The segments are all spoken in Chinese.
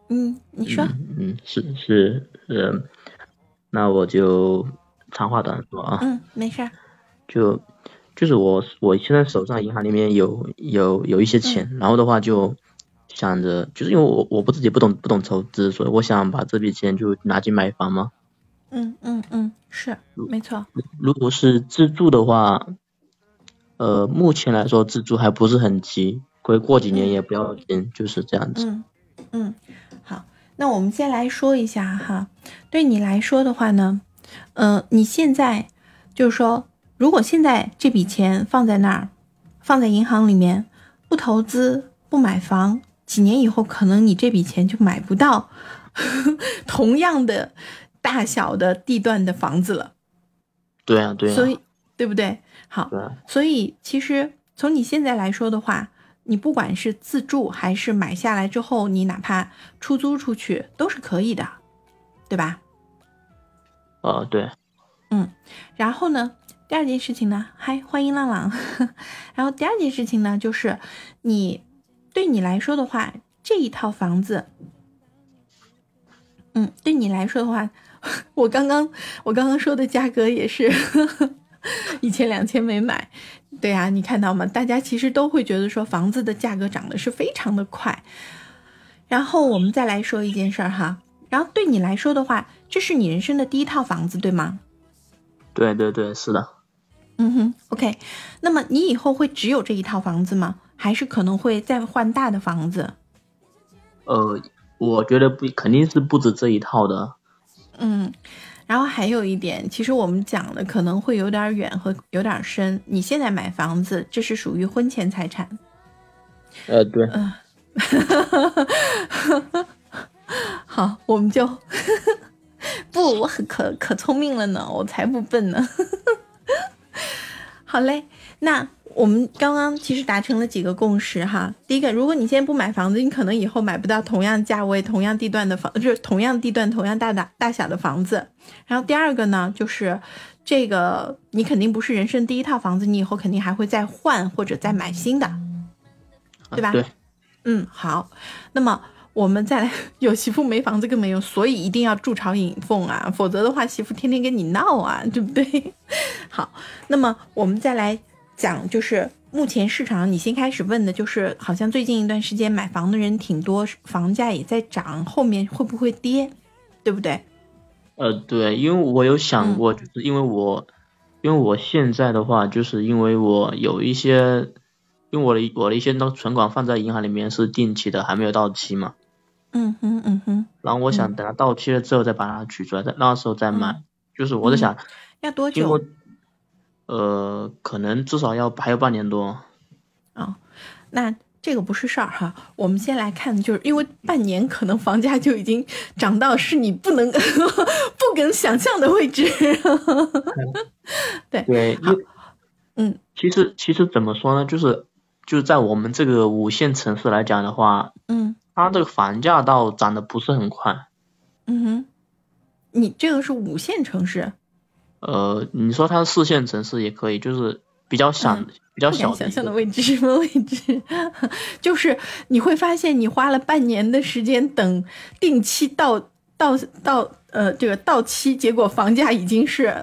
你说。 那我就长话短说啊。 没事。 就是我现在手上银行里面有一些钱，然后的话就想着，就是因为我自己不懂投资，所以我想把这笔钱就拿去买房嘛。 是没错。 如果是自住的话，目前来说自住还不是很急，过几年也不要紧，就是这样子。 好，那我们先来说一下哈，对你来说的话呢，你现在就是说，如果现在这笔钱放在那儿，放在银行里面，不投资不买房，几年以后可能你这笔钱就买不到同样的大小的地段的房子了。 对啊， 所以对不对？好，所以其实从你现在来说的话，你不管是自住还是买下来之后，你哪怕出租出去都是可以的，对吧？ 对。 然后呢，第二件事情呢，嗨，欢迎浪浪。然后第二件事情呢，就是对你来说的话，这一套房子，对你来说的话，我刚刚说的价格也是1000-2000没买。对啊，你看到吗？大家其实都会觉得说房子的价格涨得是非常的快。然后我们再来说一件事儿哈，然后对你来说的话，这是你人生的第一套房子，对吗？ 对对对，是的。 OK， 那么你以后会只有这一套房子吗？还是可能会再换大的房子？ 我觉得肯定是不止这一套的。 然后还有一点，其实我们讲的可能会有点远和有点深。你现在买房子，这是属于婚前财产。 对。 好，我们就不，我可聪明了呢，我才不笨呢。好嘞，那我们刚刚其实达成了几个共识哈。第一个，如果你现在不买房子，你可能以后买不到同样价位、同样地段的房，就是同样地段、同样大小的房子。然后第二个呢，就是这个你肯定不是人生第一套房子，你以后肯定还会再换或者再买新的，对吧？ 对。 好，那么我们再来，有媳妇没房子更没有，所以一定要筑巢引凤啊，否则的话媳妇天天跟你闹啊，对不对？好，那么我们再来讲，就是目前市场上你先开始问的就是好像最近一段时间买房的人挺多，房价也在涨，后面会不会跌，对不对？ 对，因为我有想过，就是因为我现在的话，就是因为我有一些，因为我的一些存款放在银行里面是定期的，还没有到期嘛。然后我想等它到期了之后再把它取出来，那时候再买。就是我在想， 要多久？ 可能至少还有半年多。 那这个不是事儿哈，我们先来看，就是因为半年可能房价就已经涨到是你不敢想象的位置。对，好， 其实怎么说呢，就是在我们这个5线城市来讲的话，它这个房价倒涨得不是很快。 你这个是5线城市？ 你说它是4线城市也可以，就是比较小想象的位置，什么位置？就是你会发现你花了半年的时间等定期到这个到期，结果房价已经是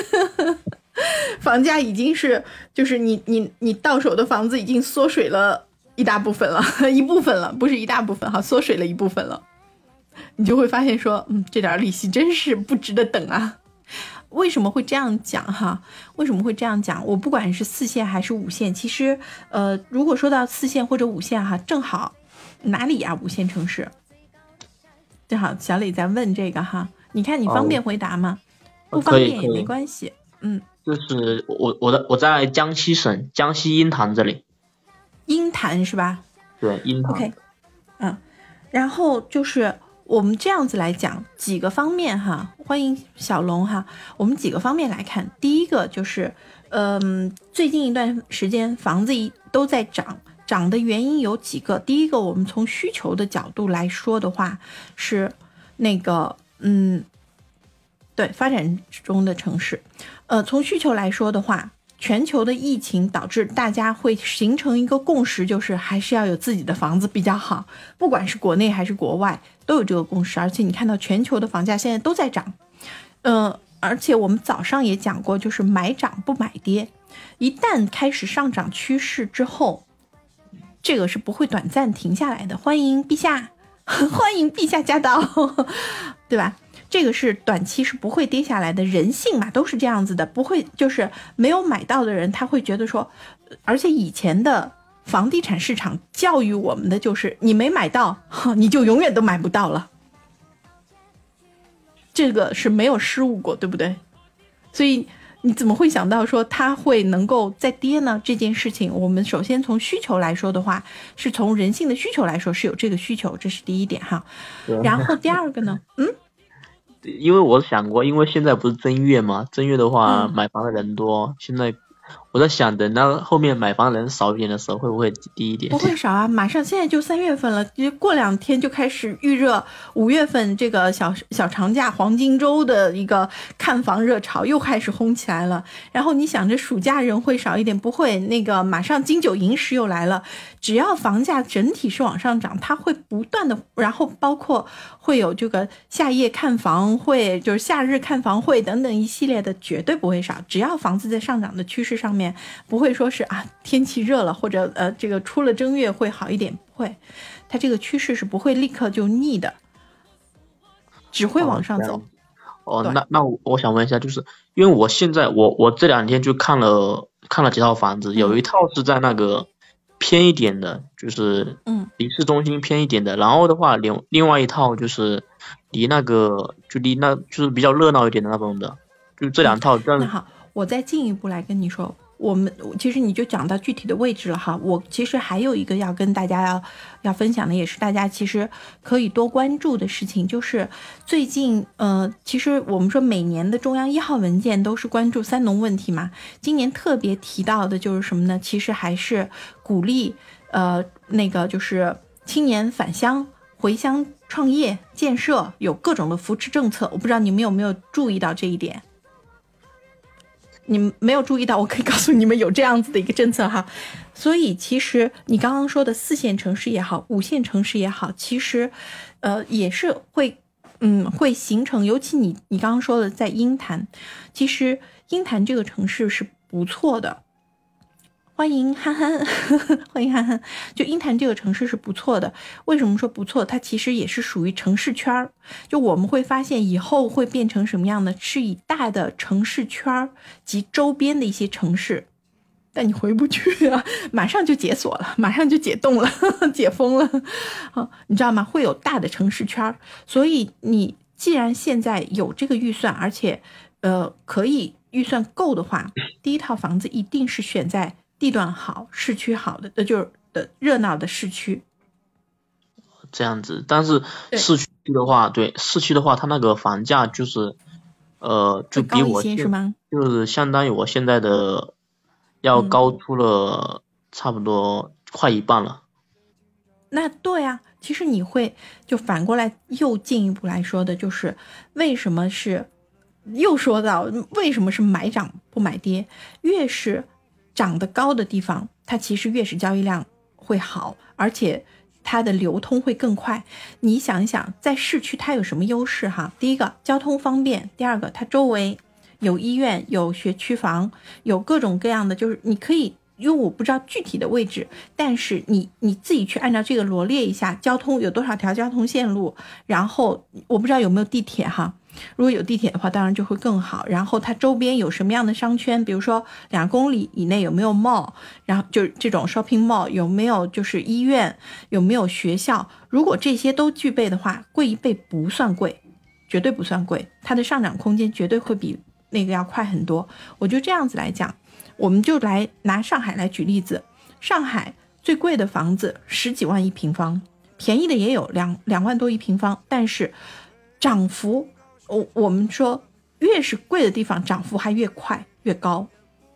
就是你到手的房子已经缩水了一大部分了，一部分了，不是一大部分哈，缩水了一部分了。你就会发现说，这点利息真是不值得等啊。为什么会这样讲哈？为什么会这样讲？我不管是4线还是5线，其实如果说到4线或者5线哈，正好哪里呀？5线城市，正好小磊在问这个哈，你看你方便回答吗？不方便也没关系。 就是我在江西省江西鹰潭这里。 鹰潭是吧？ 对，鹰潭。 OK，然后就是我们这样子来讲几个方面哈，欢迎小龙哈，我们几个方面来看。第一个就是，最近一段时间房子都在涨的原因有几个。第一个，我们从需求的角度来说的话，是那个，对，发展中的城市，从需求来说的话， 全球的疫情导致大家会形成一个共识，就是还是要有自己的房子比较好，不管是国内还是国外都有这个共识。而且你看到全球的房价现在都在涨，而且我们早上也讲过，就是买涨不买跌，一旦开始上涨趋势之后，这个是不会短暂停下来的。欢迎陛下，欢迎陛下驾到，对吧？这个是短期是不会跌下来的，人性嘛，都是这样子的，不会就是没有买到的人，他会觉得说，而且以前的房地产市场教育我们的就是，你没买到，你就永远都买不到了，这个是没有失误过，对不对？所以你怎么会想到说它会能够再跌呢？这件事情，我们首先从需求来说的话，是从人性的需求来说是有这个需求，这是第一点哈。然后第二个呢， 因为我想过，因为现在不是正月嘛，正月的话买房的人多，现在我在想，等到后面买房的人少一点的时候，会不会低一点？ 不会少啊，马上现在就3月份了，过2天就开始预热5月份这个小长假黄金周的一个看房热潮又开始轰起来了。然后你想着暑假人会少一点，不会，那个马上金九银十又来了。只要房价整体是往上涨，它会不断的，然后包括会有这个夏夜看房会，就是夏日看房会等等一系列的，绝对不会少。只要房子在上涨的趋势上面，不会说是啊天气热了或者这个出了正月会好一点，不会，它这个趋势是不会立刻就逆的，只会往上走。 那我想问一下，就是因为我现在我这2天就看了几套房子，有一套是在那个偏一点的，就是离市中心偏一点的，然后的话另外一套就是离那就是比较热闹一点的那种的，就这2套。 那好，我再进一步来跟你说，其实你就讲到具体的位置了哈。我其实还有一个要跟大家要分享的，也是大家其实可以多关注的事情，就是最近其实我们说每年的中央1号文件都是关注3农问题嘛，今年特别提到的就是什么呢？其实还是鼓励那个就是青年返乡回乡创业建设，有各种的扶持政策。我不知道你们有没有注意到这一点。你们没有注意到，我可以告诉你们有这样子的一个政策哈。所以其实你刚刚说的4线城市也好，5线城市也好，其实也是会形成，尤其你刚刚说的在鹰潭，其实鹰潭这个城市是不错的。欢迎憨憨，欢迎憨憨。就鹰潭这个城市是不错的，为什么说不错？它其实也是属于城市圈，就我们会发现以后会变成什么样呢？是以大的城市圈及周边的一些城市，但你回不去啊，马上就解锁了，马上就解冻了，解封了，你知道吗？会有大的城市圈，所以你既然现在有这个预算，而且可以预算够的话，第一套房子一定是选在地段好、市区好的，就是热闹的市区。 这样子，但是市区的话，对市区的话，它那个房价就是就比我是吗？ 就是相当于我现在的要高出了差不多快一半了。 那对啊，其实你会就反过来又进一步来说的，就是为什么是又说到为什么是买涨不买跌，越是涨得高的地方，它其实越是交易量会好，而且它的流通会更快。你想一想，在市区它有什么优势哈？第一个，交通方便；第二个，它周围有医院、有学区房，有各种各样的，就是你可以，因为我不知道具体的位置，但是你自己去按照这个罗列一下，交通有多少条交通线路，然后我不知道有没有地铁哈。如果有地铁的话，当然就会更好。然后它周边有什么样的商圈，比如说2公里以内有没有 mall， 然后就这种 shopping mall， 有没有就是医院，有没有学校。如果这些都具备的话，贵1倍不算贵，绝对不算贵，它的上涨空间绝对会比那个要快很多。我就这样子来讲，我们就来拿上海来举例子。上海最贵的房子10几万1平方，便宜的也有2万多1平方，但是涨幅我们说越是贵的地方涨幅还越快越高，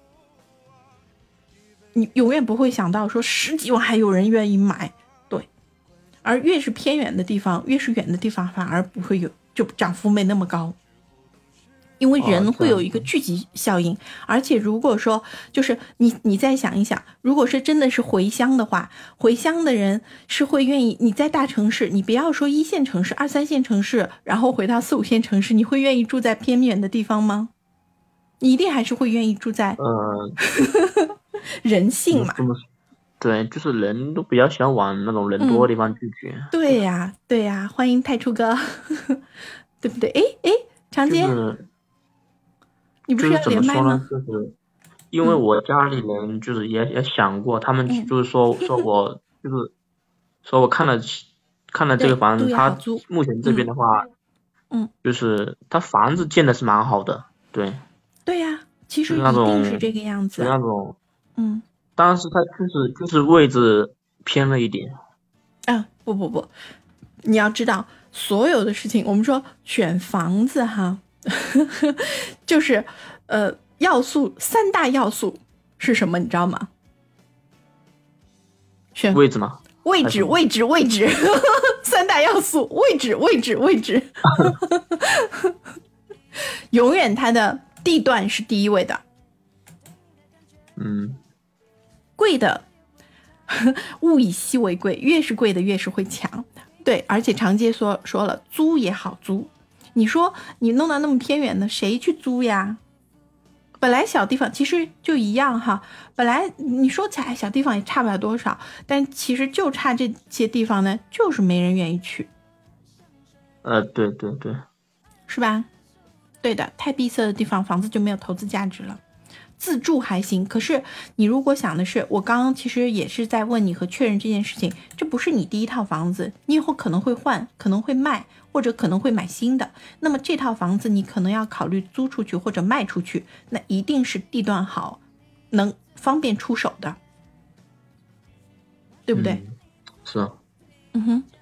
你永远不会想到说10几万还有人愿意买，对。而越是偏远的地方，越是远的地方反而不会有，就涨幅没那么高。 因为人会有一个聚集效应，而且如果说就是你再想一想，如果是真的是回乡的话，回乡的人是会愿意，你在大城市，你不要说1线城市、2、3线城市，然后回到4、5线城市，你会愿意住在偏远的地方吗？你一定还是会愿意住在人性嘛。 对，就是人都比较喜欢往那种人多的地方聚集。 对呀，对呀，欢迎太初哥，对不对？哎，长街。你不是要连麦吗？ 就是因为我家里人就是也想过，他们就是说我就是说我看了这个房子，他目前这边的话，就是他房子建的是蛮好的，对。 对呀，其实一定是这个样子。 那种，当时他就是位置偏了一点。 啊，不，你要知道所有的事情，我们说选房子哈。就是3大要素是什么你知道吗？选位置吗？ 位置3大要素，位置永远它的地段是第一位的。贵的物以稀为贵，越是贵的越是会强。对，而且长街说了，租也好租。你说你弄到那么偏远的，谁去租呀？本来小地方其实就一样哈，本来你说起来小地方也差不了多少，但其实就差这些地方呢，就是没人愿意去。 对， 是吧？对的，太闭塞的地方，房子就没有投资价值了。自住还行，可是你如果想的是，我刚刚其实也是在问你和确认这件事情，这不是你第一套房子，你以后可能会换，可能会卖，或者可能会买新的，那么这套房子你可能要考虑租出去或者卖出去，那一定是地段好，能方便出手的，对不对？ 是。